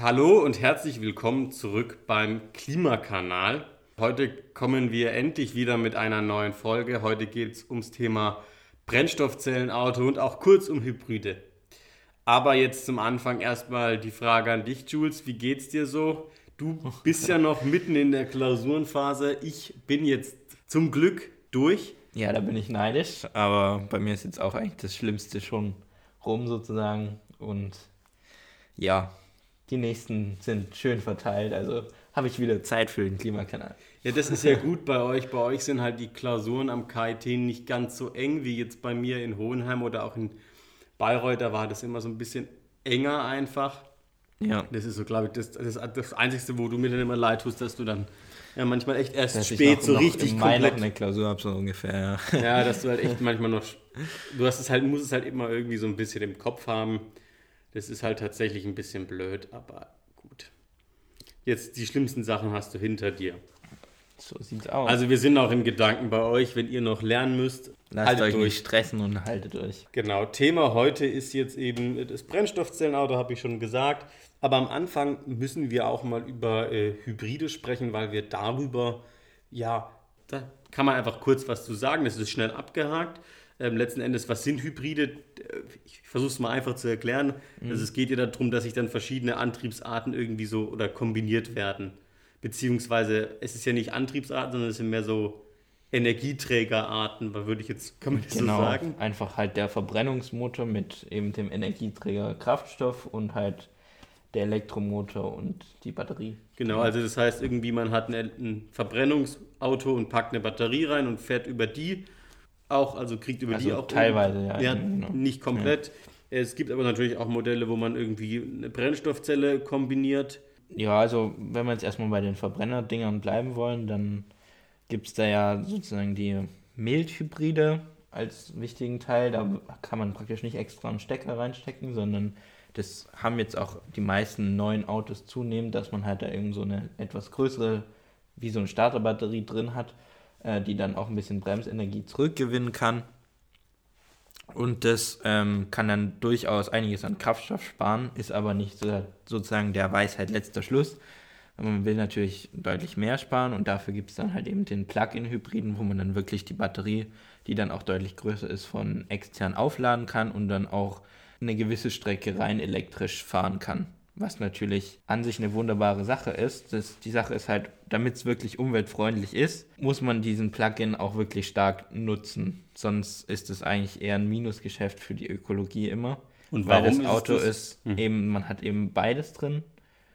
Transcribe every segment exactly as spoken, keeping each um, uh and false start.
Hallo und herzlich willkommen zurück beim Klimakanal. Heute kommen wir endlich wieder mit einer neuen Folge. Heute geht es ums Thema Brennstoffzellenauto und auch kurz um Hybride. Aber jetzt zum Anfang erstmal die Frage an dich, Jules. Wie geht's dir so? Du bist ja noch mitten in der Klausurenphase. Ich bin jetzt zum Glück durch. Ja, da bin ich neidisch, aber bei mir ist jetzt auch eigentlich das Schlimmste schon rum sozusagen. Und ja, die nächsten sind schön verteilt, also habe ich wieder Zeit für den Klimakanal. Ja, das ist ja gut bei euch. Bei euch sind halt die Klausuren am K I T nicht ganz so eng wie jetzt bei mir in Hohenheim oder auch in Bayreuth. Da war das immer so ein bisschen enger einfach. Ja. Das ist so, glaube ich, das, das, das Einzige, wo du mir dann immer leid tust, dass du dann ja manchmal echt erst dass spät noch, so noch richtig im Mai komplett... noch eine Klausur habe, so ungefähr. Ja. ja, dass du halt echt manchmal noch... Du hast es halt, musst es halt immer irgendwie so ein bisschen im Kopf haben. Das ist halt tatsächlich ein bisschen blöd, aber gut. Jetzt die schlimmsten Sachen hast du hinter dir. So sieht's aus. Also wir sind auch in Gedanken bei euch, wenn ihr noch lernen müsst. Lasst haltet euch durch. nicht stressen und haltet euch. Genau, Thema heute ist jetzt eben das Brennstoffzellenauto, habe ich schon gesagt. Aber am Anfang müssen wir auch mal über äh, Hybride sprechen, weil wir darüber, ja, da kann man einfach kurz was zu sagen. Das ist schnell abgehakt. Ähm, letzten Endes, was sind Hybride? Ich versuche es mal einfach zu erklären. Mhm. Also es geht ja darum, dass sich dann verschiedene Antriebsarten irgendwie so oder kombiniert werden. Beziehungsweise es ist ja nicht Antriebsarten, sondern es sind mehr so Energieträgerarten, würde ich jetzt, kann man das genau, so sagen? Einfach halt der Verbrennungsmotor mit eben dem Energieträger Kraftstoff und halt der Elektromotor und die Batterie. Genau, also das heißt irgendwie, man hat ein, ein Verbrennungsauto und packt eine Batterie rein und fährt über die auch, also kriegt über also die auch... teilweise, ja. Ja, genau. nicht komplett. Ja. Es gibt aber natürlich auch Modelle, wo man irgendwie eine Brennstoffzelle kombiniert. Ja, also wenn wir jetzt erstmal bei den Verbrennerdingern bleiben wollen, dann gibt es da ja sozusagen die Mildhybride als wichtigen Teil. Da kann man praktisch nicht extra einen Stecker reinstecken, sondern das haben jetzt auch die meisten neuen Autos zunehmend, dass man halt da eben so eine etwas größere, wie so eine Starterbatterie drin hat, äh, die dann auch ein bisschen Bremsenergie zurückgewinnen kann. Und das ähm, kann dann durchaus einiges an Kraftstoff sparen, ist aber nicht so, sozusagen der Weisheit letzter Schluss. Man will natürlich deutlich mehr sparen und dafür gibt es dann halt eben den Plug-in-Hybriden, wo man dann wirklich die Batterie, die dann auch deutlich größer ist, von extern aufladen kann und dann auch eine gewisse Strecke rein elektrisch fahren kann. Was natürlich an sich eine wunderbare Sache ist. Das, die Sache ist halt, damit es wirklich umweltfreundlich ist, muss man diesen Plug-in auch wirklich stark nutzen. Sonst ist es eigentlich eher ein Minusgeschäft für die Ökologie immer. Und weil warum das Auto ist, das? ist hm. eben, man hat eben beides drin.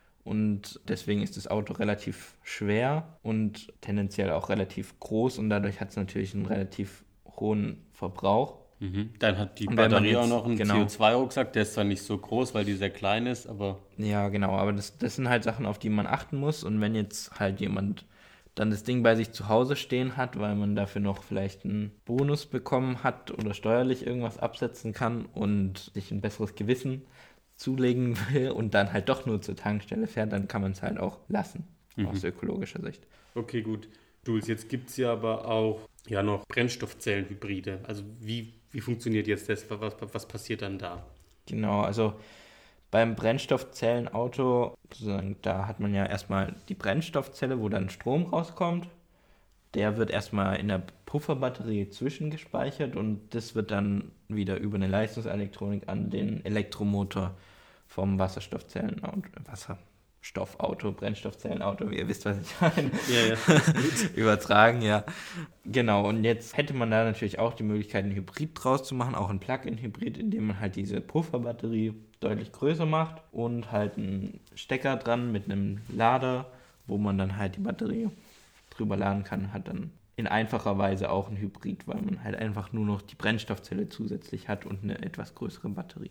Und deswegen ist das Auto relativ schwer und tendenziell auch relativ groß und dadurch hat es natürlich einen relativ hohen Verbrauch. Mhm. Dann hat die und Batterie jetzt, auch noch einen genau, C O zwei Rucksack, der ist zwar nicht so groß, weil die sehr klein ist, aber... Ja, genau, aber das, das sind halt Sachen, auf die man achten muss und wenn jetzt halt jemand dann das Ding bei sich zu Hause stehen hat, weil man dafür noch vielleicht einen Bonus bekommen hat oder steuerlich irgendwas absetzen kann und sich ein besseres Gewissen zulegen will und dann halt doch nur zur Tankstelle fährt, dann kann man es halt auch lassen, mhm. aus ökologischer Sicht. Okay, gut. Jules, jetzt gibt es ja aber auch ja noch Brennstoffzellenhybride. Also wie, wie funktioniert jetzt das? Was, was passiert dann da? Genau, also beim Brennstoffzellenauto, sozusagen, da hat man ja erstmal die Brennstoffzelle, wo dann Strom rauskommt. Der wird erstmal in der Pufferbatterie zwischengespeichert und das wird dann wieder über eine Leistungselektronik an den Elektromotor vom Wasserstoffzellenauto, Wasserstoffauto, Brennstoffzellenauto, wie ihr wisst, was ich meine, ja, ja. übertragen, ja. Genau, und jetzt hätte man da natürlich auch die Möglichkeit, einen Hybrid draus zu machen, auch ein Plug-in-Hybrid, indem man halt diese Pufferbatterie deutlich größer macht und halt einen Stecker dran mit einem Lader, wo man dann halt die Batterie drüber laden kann, hat dann in einfacher Weise auch ein Hybrid, weil man halt einfach nur noch die Brennstoffzelle zusätzlich hat und eine etwas größere Batterie.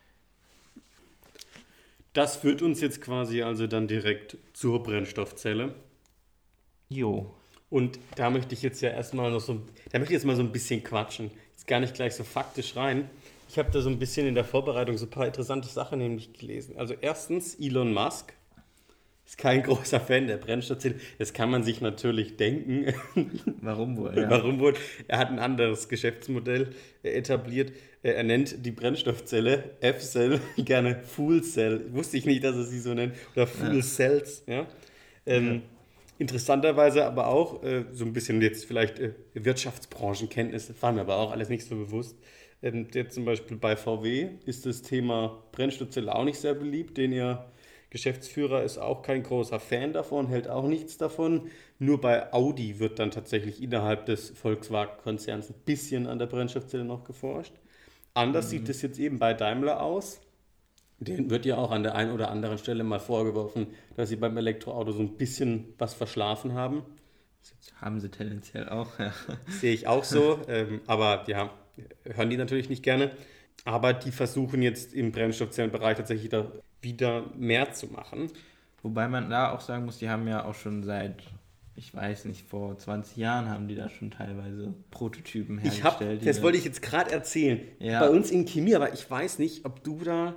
Das führt uns jetzt quasi also dann direkt zur Brennstoffzelle. Jo. Und da möchte ich jetzt ja erstmal noch so, da möchte ich jetzt mal so ein bisschen quatschen. Jetzt gar nicht gleich so faktisch rein. Ich habe da so ein bisschen in der Vorbereitung so ein paar interessante Sachen nämlich gelesen. Also erstens Elon Musk, ist kein großer Fan der Brennstoffzelle. Das kann man sich natürlich denken. Warum wohl? Ja. Warum wohl? Er hat ein anderes Geschäftsmodell etabliert. Er nennt die Brennstoffzelle F-Cell gerne Fuel Cell. Wusste ich nicht, dass er sie so nennt. Oder Fuel ja. Cells. Ja? Ähm, ja. Interessanterweise aber auch, äh, so ein bisschen jetzt vielleicht äh, Wirtschaftsbranchenkenntnis, war mir aber auch alles nicht so bewusst. Ähm, jetzt zum Beispiel bei V W ist das Thema Brennstoffzelle auch nicht sehr beliebt, den ihr Geschäftsführer ist auch kein großer Fan davon, hält auch nichts davon. Nur bei Audi wird dann tatsächlich innerhalb des Volkswagen-Konzerns ein bisschen an der Brennstoffzelle noch geforscht. Anders mhm. sieht es jetzt eben bei Daimler aus. Denen wird ja auch an der einen oder anderen Stelle mal vorgeworfen, dass sie beim Elektroauto so ein bisschen was verschlafen haben. Haben sie tendenziell auch, ja. Sehe ich auch so, ähm, aber ja, hören die natürlich nicht gerne. Aber die versuchen jetzt im Brennstoffzellenbereich tatsächlich da wieder mehr zu machen. Wobei man da auch sagen muss, die haben ja auch schon seit, ich weiß nicht, vor zwanzig Jahren haben die da schon teilweise Prototypen hergestellt. Ich hab, das wollte ich jetzt gerade erzählen. Ja. Bei uns in Chemie, aber ich weiß nicht, ob du da...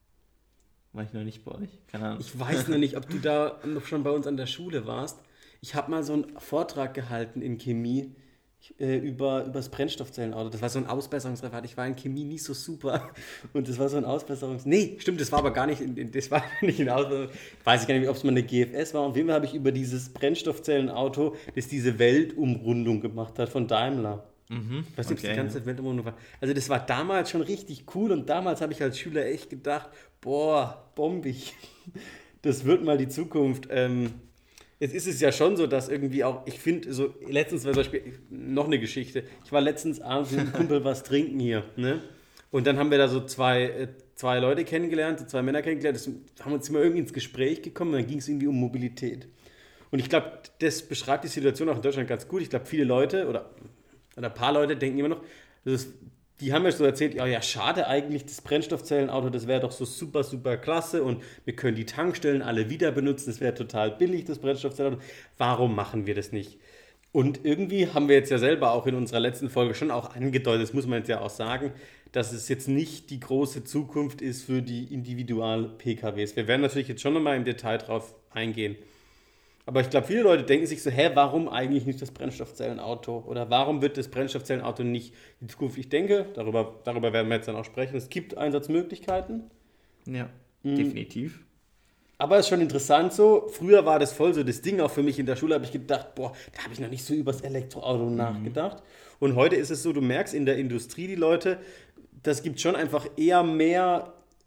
War ich noch nicht bei euch? Keine Ahnung. Ich weiß noch nicht, ob du da noch schon bei uns an der Schule warst. Ich habe mal so einen Vortrag gehalten in Chemie äh, über, über das Brennstoffzellenauto. Das war so ein Ausbesserungsreferat. Ich war in Chemie nicht so super. Und das war so ein Ausbesserungs... Nee, stimmt, das war aber gar nicht in, das war nicht in Ausbesserungs... Weiß ich gar nicht, ob es mal eine G F S war. Auf jeden Fall habe ich über dieses Brennstoffzellenauto, das diese Weltumrundung gemacht hat von Daimler. Mhm, was okay, die ganze ja. Weltumrundung war. Also das war damals schon richtig cool und damals habe ich als Schüler echt gedacht, boah, bombig. Das wird mal die Zukunft. Ähm, jetzt ist es ja schon so, dass irgendwie auch, ich finde, so letztens zum Beispiel, noch eine Geschichte, ich war letztens abends mit einem Kumpel was trinken hier, ne? Und dann haben wir da so zwei, äh, zwei Leute kennengelernt, so zwei Männer kennengelernt, das haben uns immer irgendwie ins Gespräch gekommen und dann ging es irgendwie um Mobilität. Und ich glaube, das beschreibt die Situation auch in Deutschland ganz gut. Ich glaube, viele Leute oder, oder ein paar Leute denken immer noch, das ist, die haben ja so erzählt, ja, ja, schade eigentlich, das Brennstoffzellenauto, das wäre doch so super, super klasse und wir können die Tankstellen alle wieder benutzen, das wäre total billig, das Brennstoffzellenauto. Warum machen wir das nicht? Und irgendwie haben wir jetzt ja selber auch in unserer letzten Folge schon auch angedeutet, das muss man jetzt ja auch sagen, dass es jetzt nicht die große Zukunft ist für die Individual-P K Ws. Wir werden natürlich jetzt schon nochmal im Detail drauf eingehen. Aber ich glaube, viele Leute denken sich so, hä, warum eigentlich nicht das Brennstoffzellenauto? Oder warum wird das Brennstoffzellenauto nicht die Zukunft? Ich denke, darüber, darüber werden wir jetzt dann auch sprechen, es gibt Einsatzmöglichkeiten. Ja, mhm. definitiv. Aber es ist schon interessant so, früher war das voll so das Ding, auch für mich in der Schule habe ich gedacht, boah, da habe ich noch nicht so über das Elektroauto mhm. nachgedacht. Und heute ist es so, du merkst in der Industrie, die Leute, das gibt schon einfach eher mehr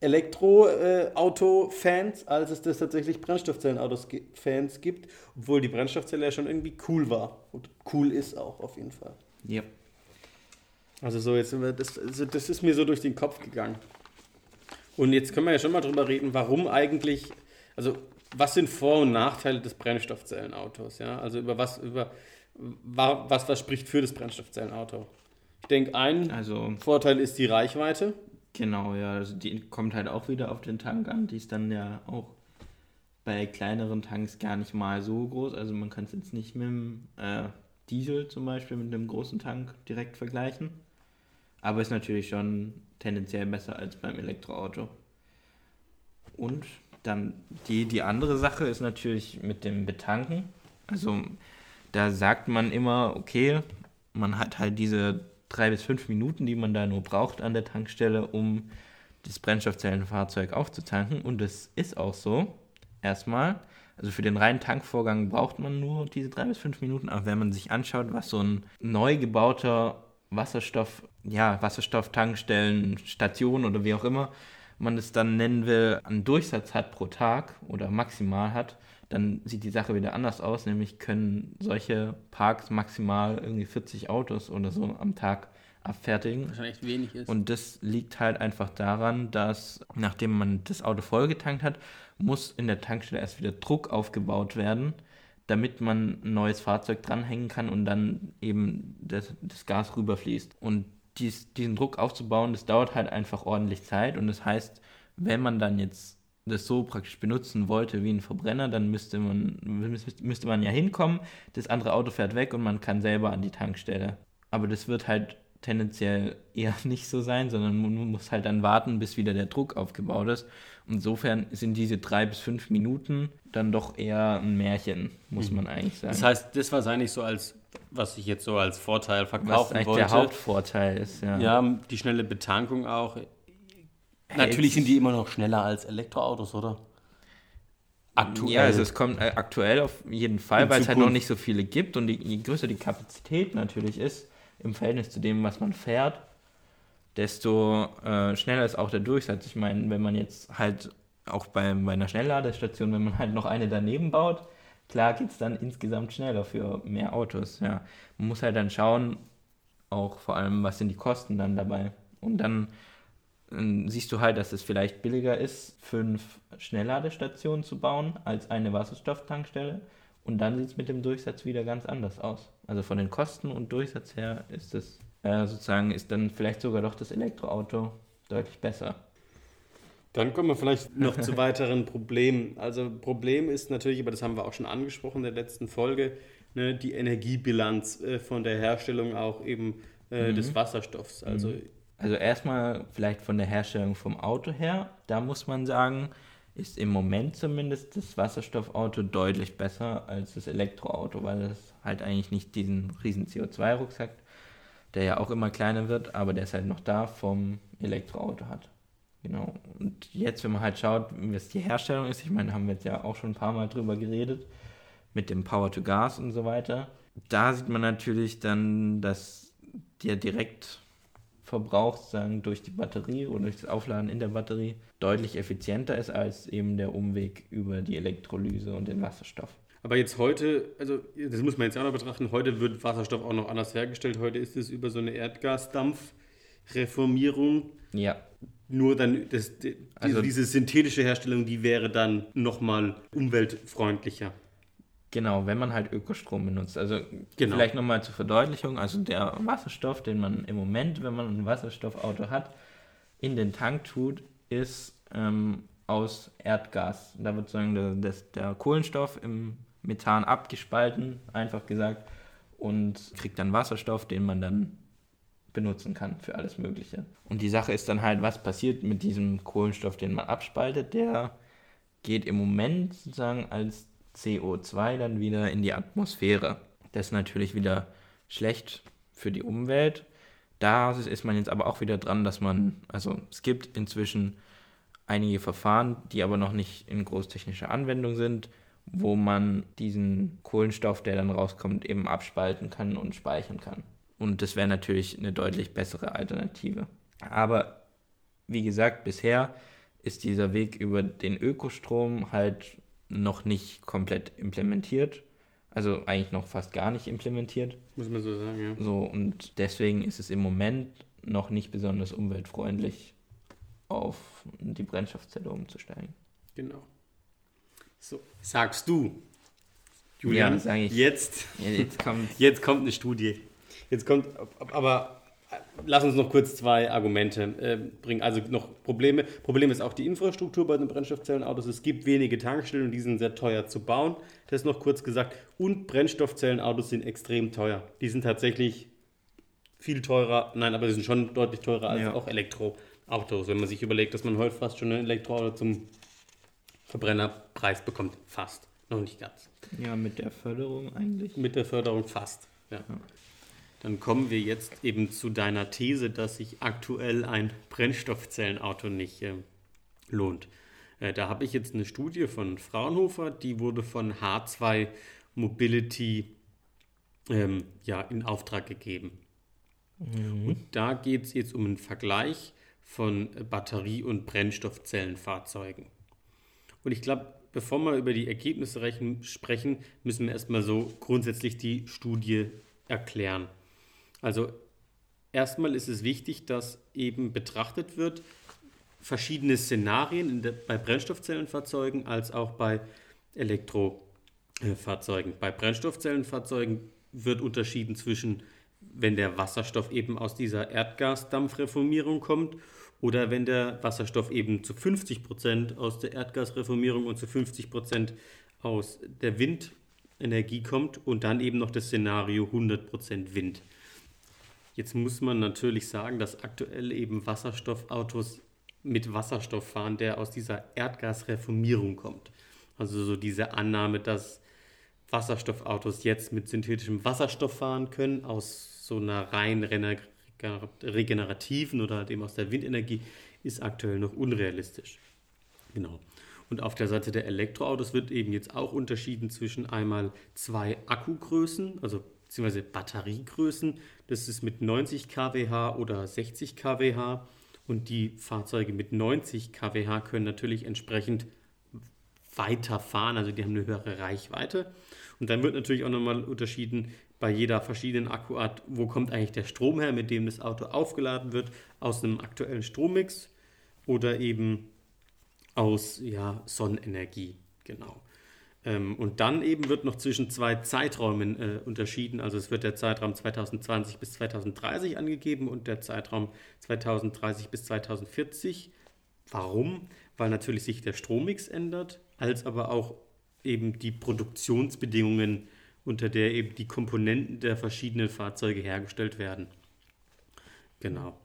Elektroauto-Fans, äh, als es das tatsächlich Brennstoffzellenautos-Fans gibt, obwohl die Brennstoffzelle ja schon irgendwie cool war und cool ist auch auf jeden Fall. Ja. Also so jetzt, das, also das ist mir so durch den Kopf gegangen. Und jetzt können wir ja schon mal drüber reden, warum eigentlich, also was sind Vor- und Nachteile des Brennstoffzellenautos, ja? Also über was, über was, was spricht für das Brennstoffzellenauto? Ich denke, ein also, Vorteil ist die Reichweite. Genau, ja, also die kommt halt auch wieder auf den Tank an, die ist dann ja auch bei kleineren Tanks gar nicht mal so groß, also man kann es jetzt nicht mit dem äh, Diesel zum Beispiel, mit einem großen Tank direkt vergleichen, aber ist natürlich schon tendenziell besser als beim Elektroauto. Und dann die, die andere Sache ist natürlich mit dem Betanken, also da sagt man immer, okay, man hat halt diese drei bis fünf Minuten, die man da nur braucht an der Tankstelle, um das Brennstoffzellenfahrzeug aufzutanken. Und das ist auch so. Erstmal, also für den reinen Tankvorgang braucht man nur diese drei bis fünf Minuten. Aber wenn man sich anschaut, was so ein neu gebauter Wasserstoff, ja, Wasserstofftankstellen, Station oder wie auch immer man es dann nennen will, einen Durchsatz hat pro Tag oder maximal hat, dann sieht die Sache wieder anders aus, nämlich können solche Parks maximal irgendwie vierzig Autos oder so am Tag abfertigen. Was schon echt wenig ist. Und das liegt halt einfach daran, dass nachdem man das Auto vollgetankt hat, muss in der Tankstelle erst wieder Druck aufgebaut werden, damit man ein neues Fahrzeug dranhängen kann und dann eben das, das Gas rüberfließt. Und dies, diesen Druck aufzubauen, das dauert halt einfach ordentlich Zeit und das heißt, wenn man dann jetzt das so praktisch benutzen wollte wie ein Verbrenner, dann müsste man, müsste man ja hinkommen, das andere Auto fährt weg und man kann selber an die Tankstelle. Aber das wird halt tendenziell eher nicht so sein, sondern man muss halt dann warten, bis wieder der Druck aufgebaut ist. Insofern sind diese drei bis fünf Minuten dann doch eher ein Märchen, muss man eigentlich sagen. Das heißt, das war eigentlich so als, was ich jetzt so als Vorteil verkaufen was eigentlich wollte. Der Hauptvorteil ist, ja. Ja, die schnelle Betankung auch. Natürlich sind die immer noch schneller als Elektroautos, oder? Aktuell. Ja, also es kommt äh, aktuell auf jeden Fall, In weil es halt Zukunft. noch nicht so viele gibt und die, je größer die Kapazität natürlich ist, im Verhältnis zu dem, was man fährt, desto äh, schneller ist auch der Durchsatz. Ich meine, wenn man jetzt halt auch bei, bei einer Schnellladestation, wenn man halt noch eine daneben baut, klar geht es dann insgesamt schneller für mehr Autos. Ja. Man muss halt dann schauen, auch vor allem, was sind die Kosten dann dabei. Und dann äh, siehst du halt, dass es vielleicht billiger ist, fünf Schnellladestationen zu bauen, als eine Wasserstofftankstelle. Und dann sieht es mit dem Durchsatz wieder ganz anders aus. Also von den Kosten und Durchsatz her ist es äh, sozusagen, ist dann vielleicht sogar doch das Elektroauto deutlich besser. Dann kommen wir vielleicht noch zu weiteren Problemen. Also Problem ist natürlich, aber das haben wir auch schon angesprochen in der letzten Folge, ne, die Energiebilanz äh, von der Herstellung auch eben äh, Mhm. des Wasserstoffs. Also Also erstmal vielleicht von der Herstellung vom Auto her, da muss man sagen, ist im Moment zumindest das Wasserstoffauto deutlich besser als das Elektroauto, weil es halt eigentlich nicht diesen riesen C O zwei Rucksack, der ja auch immer kleiner wird, aber der ist halt noch da, vom Elektroauto hat. Genau. Und jetzt, wenn man halt schaut, was die Herstellung ist, ich meine, haben wir jetzt ja auch schon ein paar Mal drüber geredet, mit dem Power to Gas und so weiter, da sieht man natürlich dann, dass der Direktverbrauch sozusagen durch die Batterie oder durch das Aufladen in der Batterie deutlich effizienter ist als eben der Umweg über die Elektrolyse und den Wasserstoff. aber jetzt heute, also das muss man jetzt auch noch betrachten, heute wird Wasserstoff auch noch anders hergestellt. Heute ist es über so eine Erdgasdampfreformierung. Ja, Nur dann, das, die, Also- diese synthetische Herstellung, die wäre dann nochmal umweltfreundlicher. genau, wenn man halt Ökostrom benutzt. Also Genau. vielleicht nochmal zur Verdeutlichung, also der Wasserstoff, den man im Moment, wenn man ein Wasserstoffauto hat, in den Tank tut, ist ähm, aus Erdgas. Da wird sozusagen der, das, der Kohlenstoff im Methan abgespalten, einfach gesagt, und kriegt dann Wasserstoff, den man dann benutzen kann für alles Mögliche. Und die Sache ist dann halt, was passiert mit diesem Kohlenstoff, den man abspaltet, der geht im Moment sozusagen als C O zwei dann wieder in die Atmosphäre. Das ist natürlich wieder schlecht für die Umwelt. Da ist man jetzt aber auch wieder dran, dass man, also es gibt inzwischen einige Verfahren, die aber noch nicht in großtechnischer Anwendung sind, wo man diesen Kohlenstoff, der dann rauskommt, eben abspalten kann und speichern kann. Und das wäre natürlich eine deutlich bessere Alternative. Aber wie gesagt, bisher ist dieser Weg über den Ökostrom halt noch nicht komplett implementiert. Also eigentlich noch fast gar nicht implementiert. Muss man so sagen, ja. So, und deswegen ist es im Moment noch nicht besonders umweltfreundlich, auf die Brennstoffzelle umzusteigen. Genau. So, sagst du, Julian, Ja, sag ich. jetzt, Ja, jetzt kommt jetzt kommt eine Studie. Jetzt kommt, aber lass uns noch kurz zwei Argumente äh, bringen. Also noch Probleme. Problem ist auch die Infrastruktur bei den Brennstoffzellenautos. Es gibt wenige Tankstellen und die sind sehr teuer zu bauen. Das noch kurz gesagt. Und Brennstoffzellenautos sind extrem teuer. Die sind tatsächlich viel teurer. Nein, aber sie sind schon deutlich teurer als Ja. auch Elektroautos. Wenn man sich überlegt, dass man heute fast schon ein Elektroauto zum Verbrennerpreis bekommt. Fast. Noch nicht ganz. ja mit der Förderung eigentlich. Mit der Förderung fast. Ja. Dann kommen wir jetzt eben zu deiner These, dass sich aktuell ein Brennstoffzellenauto nicht äh, lohnt. Äh, da habe ich jetzt eine Studie von Fraunhofer, die wurde von H zwei Mobility ähm, ja, in Auftrag gegeben. Und da geht es jetzt um einen Vergleich von Batterie- und Brennstoffzellenfahrzeugen. Und ich glaube, bevor wir über die Ergebnisse rechnen, sprechen, müssen wir erstmal so grundsätzlich die Studie erklären. Also erstmal ist es wichtig, dass eben betrachtet wird, verschiedene Szenarien in der, bei Brennstoffzellenfahrzeugen als auch bei Elektrofahrzeugen. Bei Brennstoffzellenfahrzeugen wird unterschieden zwischen, wenn der Wasserstoff eben aus dieser Erdgasdampfreformierung kommt oder wenn der Wasserstoff eben zu fünfzig Prozent aus der Erdgasreformierung und zu fünfzig Prozent aus der Windenergie kommt und dann eben noch das Szenario hundert Prozent Wind. Jetzt muss man natürlich sagen, dass aktuell eben Wasserstoffautos mit Wasserstoff fahren, der aus dieser Erdgasreformierung kommt. Also so diese Annahme, dass Wasserstoffautos jetzt mit synthetischem Wasserstoff fahren können, aus so einer rein regenerativen oder halt eben aus der Windenergie, ist aktuell noch unrealistisch. Genau. Und auf der Seite der Elektroautos wird eben jetzt auch unterschieden zwischen einmal zwei Akkugrößen, also beziehungsweise Batteriegrößen. Das ist mit neunzig Kilowatt oder sechzig Kilowatt. Und die Fahrzeuge mit neunzig Kilowatt können natürlich entsprechend weiter fahren, also die haben eine höhere Reichweite. Und dann wird natürlich auch nochmal unterschieden bei jeder verschiedenen Akkuart, wo kommt eigentlich der Strom her, mit dem das Auto aufgeladen wird, aus einem aktuellen Strommix oder eben aus ja, Sonnenenergie, genau. Ähm, und dann eben wird noch zwischen zwei Zeiträumen äh, unterschieden, also es wird der Zeitraum zweitausendzwanzig bis zweitausenddreißig angegeben und der Zeitraum zweitausenddreißig bis zweitausendvierzig. Warum? Weil natürlich sich der Strommix ändert, als aber auch eben die Produktionsbedingungen, unter der eben die Komponenten der verschiedenen Fahrzeuge hergestellt werden. Genau.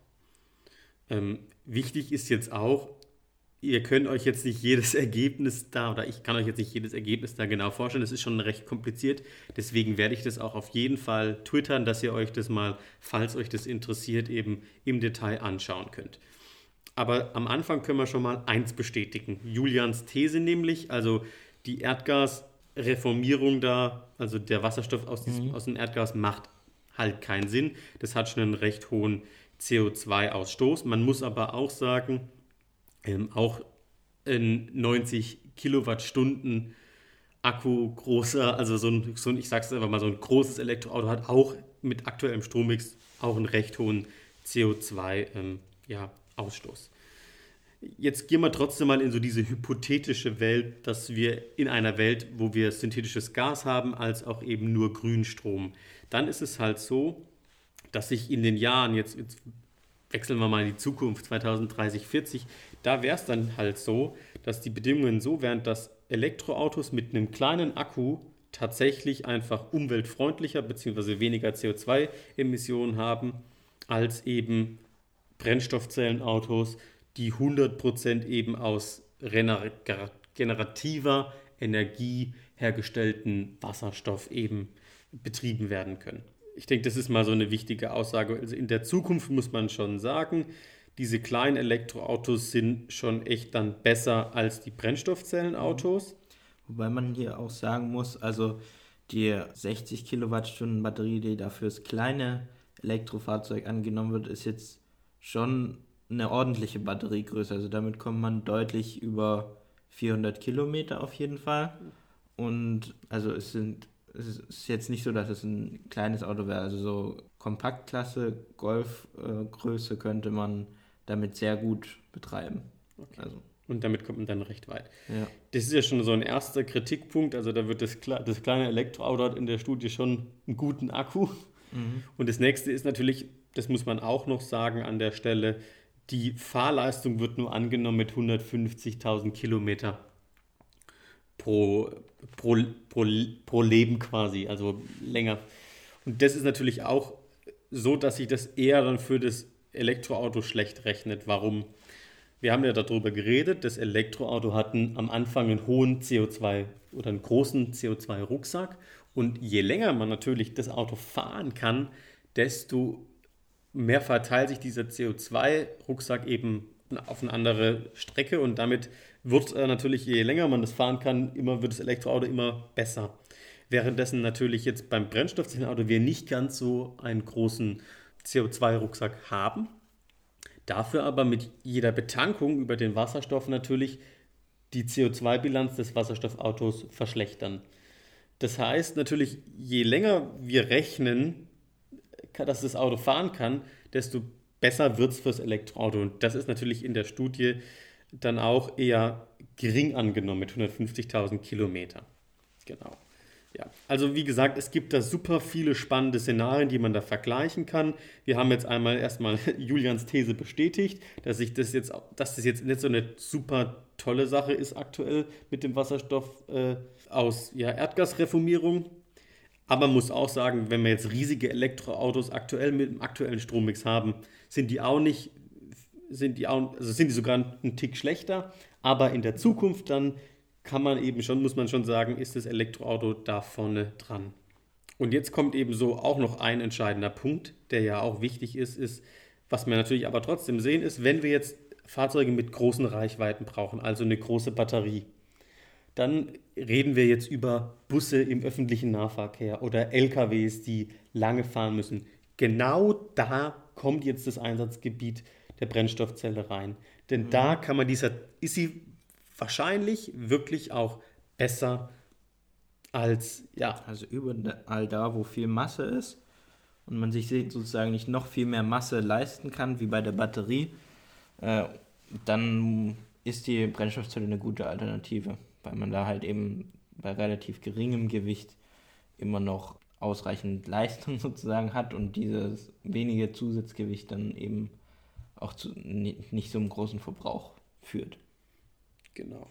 Ähm, wichtig ist jetzt auch, ihr könnt euch jetzt nicht jedes Ergebnis da, oder ich kann euch jetzt nicht jedes Ergebnis da genau vorstellen, das ist schon recht kompliziert, deswegen werde ich das auch auf jeden Fall twittern, dass ihr euch das mal, falls euch das interessiert, eben im Detail anschauen könnt. Aber am Anfang können wir schon mal eins bestätigen. Julians These nämlich, also die Erdgasreformierung da, also der Wasserstoff aus, diesem, mhm. aus dem Erdgas macht halt keinen Sinn. Das hat schon einen recht hohen C O zwei Ausstoß. Man muss aber auch sagen, ähm, auch ein neunzig Kilowattstunden Akku großer, also so ein, so ein, ich sag's einfach mal, so ein großes Elektroauto hat auch mit aktuellem Strommix auch einen recht hohen C O zwei ähm, ja, Ausstoß. Jetzt gehen wir trotzdem mal in so diese hypothetische Welt, dass wir in einer Welt, wo wir synthetisches Gas haben, als auch eben nur Grünstrom. Dann ist es halt so, dass sich in den Jahren, jetzt, jetzt wechseln wir mal in die Zukunft, zweitausenddreißig, vierzig, da wäre es dann halt so, dass die Bedingungen so wären, dass Elektroautos mit einem kleinen Akku tatsächlich einfach umweltfreundlicher bzw. weniger C O zwei Emissionen haben, als eben Brennstoffzellenautos, die hundert Prozent eben aus regenerativer Energie hergestellten Wasserstoff eben betrieben werden können. Ich denke, das ist mal so eine wichtige Aussage. Also in der Zukunft muss man schon sagen, diese kleinen Elektroautos sind schon echt dann besser als die Brennstoffzellenautos. Wobei man hier auch sagen muss, also die sechzig Kilowattstunden Batterie, die dafür das kleine Elektrofahrzeug angenommen wird, ist jetzt schon eine ordentliche Batteriegröße. Also damit kommt man deutlich über vierhundert Kilometer auf jeden Fall. Und also es sind es ist jetzt nicht so, dass es ein kleines Auto wäre. Also so Kompaktklasse, Golfgröße äh, könnte man damit sehr gut betreiben. Okay. Also. Und damit kommt man dann recht weit. Ja. Das ist ja schon so ein erster Kritikpunkt. Also da wird das, das kleine Elektroauto hat in der Studie schon einen guten Akku. Mhm. Und das nächste ist natürlich, das muss man auch noch sagen an der Stelle, die Fahrleistung wird nur angenommen mit hundertfünfzigtausend Kilometer pro, pro, pro, pro Leben quasi, also länger. Und das ist natürlich auch so, dass sich das eher dann für das Elektroauto schlecht rechnet. Warum? Wir haben ja darüber geredet, das Elektroauto hat einen, am Anfang einen hohen C O zwei oder einen großen C O zwei Rucksack und je länger man natürlich das Auto fahren kann, desto mehr verteilt sich dieser C O zwei Rucksack eben auf eine andere Strecke und damit wird äh, natürlich, je länger man das fahren kann, immer wird das Elektroauto immer besser. Währenddessen natürlich jetzt beim Brennstoffzellenauto wir nicht ganz so einen großen C O zwei Rucksack haben, dafür aber mit jeder Betankung über den Wasserstoff natürlich die C O zwei Bilanz des Wasserstoffautos verschlechtern. Das heißt natürlich, je länger wir rechnen, dass das Auto fahren kann, desto besser wird es fürs Elektroauto. Und das ist natürlich in der Studie dann auch eher gering angenommen mit hundertfünfzigtausend Kilometer. Genau. Ja, also wie gesagt, es gibt da super viele spannende Szenarien, die man da vergleichen kann. Wir haben jetzt einmal erstmal Julians These bestätigt, dass sich das jetzt, dass das jetzt nicht so eine super tolle Sache ist aktuell mit dem Wasserstoff äh, aus ja, Erdgasreformierung. Aber man muss auch sagen, wenn wir jetzt riesige Elektroautos aktuell mit dem aktuellen Strommix haben, sind die auch nicht, sind die auch, also sind die sogar einen Tick schlechter. Aber in der Zukunft dann kann man eben schon, muss man schon sagen, ist das Elektroauto da vorne dran. Und jetzt kommt eben so auch noch ein entscheidender Punkt, der ja auch wichtig ist, ist, was wir natürlich aber trotzdem sehen, ist, wenn wir jetzt Fahrzeuge mit großen Reichweiten brauchen, also eine große Batterie, dann reden wir jetzt über Busse im öffentlichen Nahverkehr oder L K Ws, die lange fahren müssen. Genau da kommt jetzt das Einsatzgebiet der Brennstoffzelle rein. Denn mhm. da kann man dieser, ist sie wahrscheinlich wirklich auch besser als, ja. Also überall da, wo viel Masse ist und man sich sozusagen nicht noch viel mehr Masse leisten kann, wie bei der Batterie, äh, dann ist die Brennstoffzelle eine gute Alternative, weil man da halt eben bei relativ geringem Gewicht immer noch ausreichend Leistung sozusagen hat und dieses wenige Zusatzgewicht dann eben auch zu nicht so einem großen Verbrauch führt. Genau.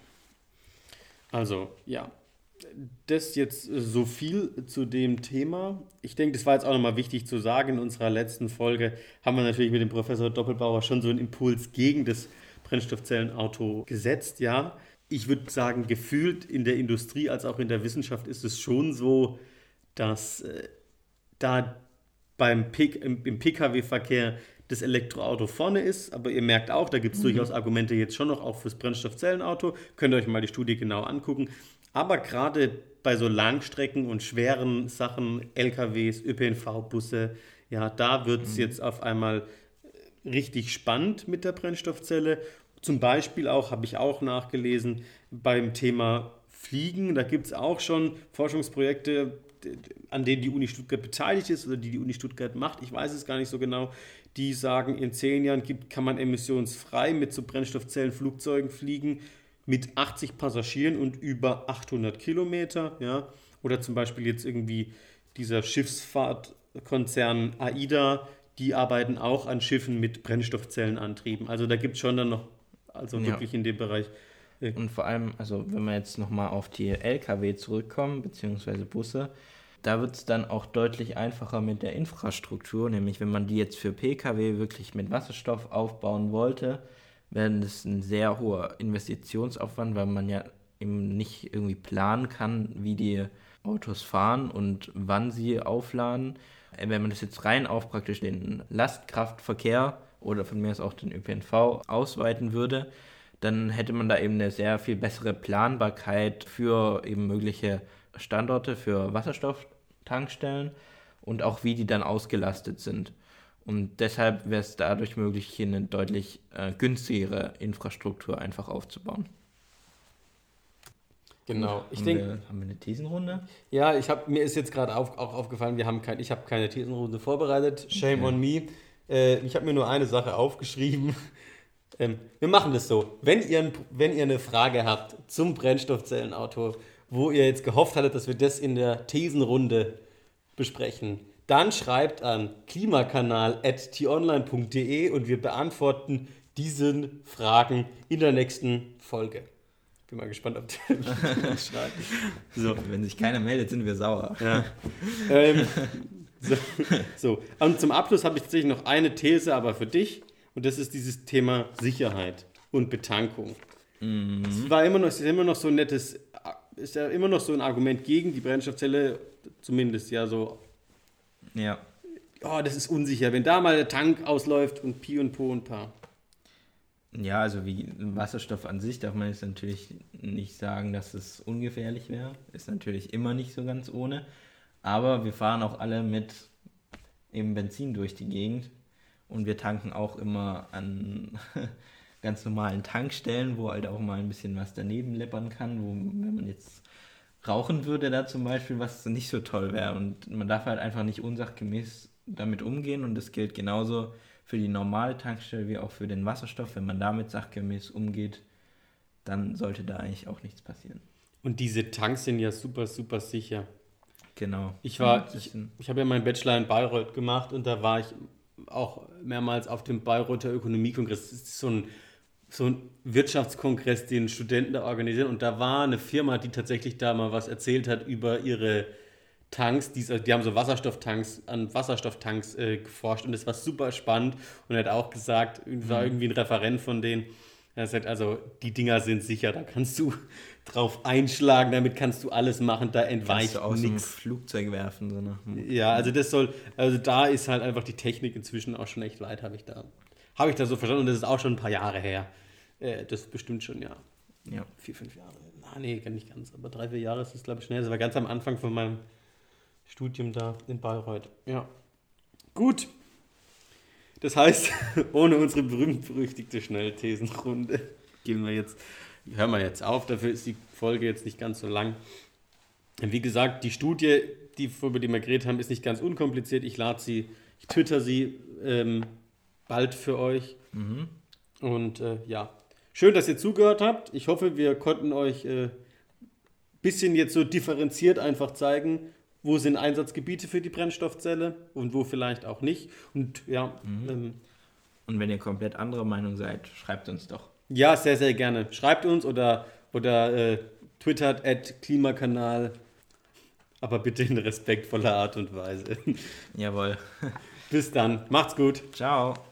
Also, ja. Das jetzt so viel zu dem Thema. Ich denke, das war jetzt auch nochmal wichtig zu sagen. In unserer letzten Folge haben wir natürlich mit dem Professor Doppelbauer schon so einen Impuls gegen das Brennstoffzellenauto gesetzt. Ja, ich würde sagen, gefühlt in der Industrie als auch in der Wissenschaft ist es schon so, dass äh, da beim P- im, im Pkw-Verkehr das Elektroauto vorne ist, aber ihr merkt auch, da gibt es mhm. durchaus Argumente jetzt schon noch auch fürs Brennstoffzellenauto. Könnt ihr euch mal die Studie genau angucken. Aber gerade bei so Langstrecken und schweren Sachen, L K Ws, Ö P N V-Busse, ja, da wird es mhm. jetzt auf einmal richtig spannend mit der Brennstoffzelle. Zum Beispiel auch, habe ich auch nachgelesen, beim Thema Fliegen, da gibt es auch schon Forschungsprojekte, an denen die Uni Stuttgart beteiligt ist oder die die Uni Stuttgart macht, ich weiß es gar nicht so genau, die sagen, in zehn Jahren gibt, kann man emissionsfrei mit so Brennstoffzellenflugzeugen fliegen, mit achtzig Passagieren und über achthundert Kilometer, ja, oder zum Beispiel jetzt irgendwie dieser Schiffsfahrtkonzern AIDA, die arbeiten auch an Schiffen mit Brennstoffzellenantrieben. Also da gibt es schon dann noch, also ja. wirklich in dem Bereich. Äh und vor allem, also wenn wir jetzt nochmal auf die L K W zurückkommen, beziehungsweise Busse, da wird es dann auch deutlich einfacher mit der Infrastruktur, nämlich wenn man die jetzt für P K W wirklich mit Wasserstoff aufbauen wollte, wäre das ein sehr hoher Investitionsaufwand, weil man ja eben nicht irgendwie planen kann, wie die Autos fahren und wann sie aufladen. Wenn man das jetzt rein auf praktisch den Lastkraftverkehr oder von mir aus auch den Ö P N V ausweiten würde, dann hätte man da eben eine sehr viel bessere Planbarkeit für eben mögliche Standorte für Wasserstofftankstellen und auch wie die dann ausgelastet sind. Und deshalb wäre es dadurch möglich, hier eine deutlich äh, günstigere Infrastruktur einfach aufzubauen. Genau. Ich denke, haben wir eine Thesenrunde? Ja, ich hab, mir ist jetzt gerade auf, auch aufgefallen, wir haben kein, ich habe keine Thesenrunde vorbereitet. Shame okay. on me. Äh, ich habe mir nur eine Sache aufgeschrieben. ähm, wir machen das so. Wenn ihr, wenn ihr eine Frage habt zum Brennstoffzellenauto, wo ihr jetzt gehofft hattet, dass wir das in der Thesenrunde besprechen, dann schreibt an klimakanal at t online punkt d e und wir beantworten diesen Fragen in der nächsten Folge. Bin mal gespannt, ob der schreibt. So. Wenn sich keiner meldet, sind wir sauer. Ja. ähm, so, so. Und zum Abschluss habe ich tatsächlich noch eine These, aber für dich. Und das ist dieses Thema Sicherheit und Betankung. Mhm. Es war immer noch, es ist immer noch so ein nettes, ist ja immer noch so ein Argument gegen die Brennstoffzelle, zumindest ja so. Ja. Oh, das ist unsicher, wenn da mal der Tank ausläuft und Pi und Po und Pa. Ja, also wie Wasserstoff an sich darf man jetzt natürlich nicht sagen, dass es ungefährlich wäre. Ist natürlich immer nicht so ganz ohne. Aber wir fahren auch alle mit eben Benzin durch die Gegend und wir tanken auch immer an ganz normalen Tankstellen, wo halt auch mal ein bisschen was daneben leppern kann, wo, wenn man jetzt rauchen würde da zum Beispiel, was nicht so toll wäre. Und man darf halt einfach nicht unsachgemäß damit umgehen und das gilt genauso für die normale Tankstelle wie auch für den Wasserstoff. Wenn man damit sachgemäß umgeht, dann sollte da eigentlich auch nichts passieren. Und diese Tanks sind ja super, super sicher. Genau. Ich war, ich, ich habe ja meinen Bachelor in Bayreuth gemacht und da war ich auch mehrmals auf dem Bayreuther Ökonomiekongress. Das ist so ein, so ein Wirtschaftskongress, den Studenten da organisieren und da war eine Firma, die tatsächlich da mal was erzählt hat über ihre Tanks, die, die haben so Wasserstofftanks, an Wasserstofftanks äh, geforscht und das war super spannend und er hat auch gesagt, war irgendwie ein Referent von denen, er sagt, also die Dinger sind sicher, da kannst du drauf einschlagen, damit kannst du alles machen, da entweicht Kannst du aus dem nichts. Flugzeug werfen. So, ne? Ja, also das soll, also da ist halt einfach die Technik inzwischen auch schon echt weit, habe ich da, habe ich da so verstanden und das ist auch schon ein paar Jahre her. Äh, das ist bestimmt schon, ja, Ja. vier, fünf Jahre. Na, nee, nicht ganz, aber drei, vier Jahre ist das, glaube ich, schnell. Das war ganz am Anfang von meinem Studium da in Bayreuth. Ja. Gut. Das heißt, ohne unsere berühmt-berüchtigte Schnellthesenrunde gehen wir jetzt, hören wir jetzt auf. Dafür ist die Folge jetzt nicht ganz so lang. Wie gesagt, die Studie, die, über die wir geredet haben, ist nicht ganz unkompliziert. Ich lade sie, ich twitter sie ähm, bald für euch. Mhm. Und äh, ja, schön, dass ihr zugehört habt. Ich hoffe, wir konnten euch ein äh, bisschen jetzt so differenziert einfach zeigen, wo sind Einsatzgebiete für die Brennstoffzelle und wo vielleicht auch nicht. Und ja, Mhm. ähm, Und wenn ihr komplett anderer Meinung seid, schreibt uns doch. ja, sehr, sehr gerne. Schreibt uns oder, oder äh, twittert at Klimakanal, aber bitte in respektvoller Art und Weise. Jawohl. Bis dann. Macht's gut. Ciao.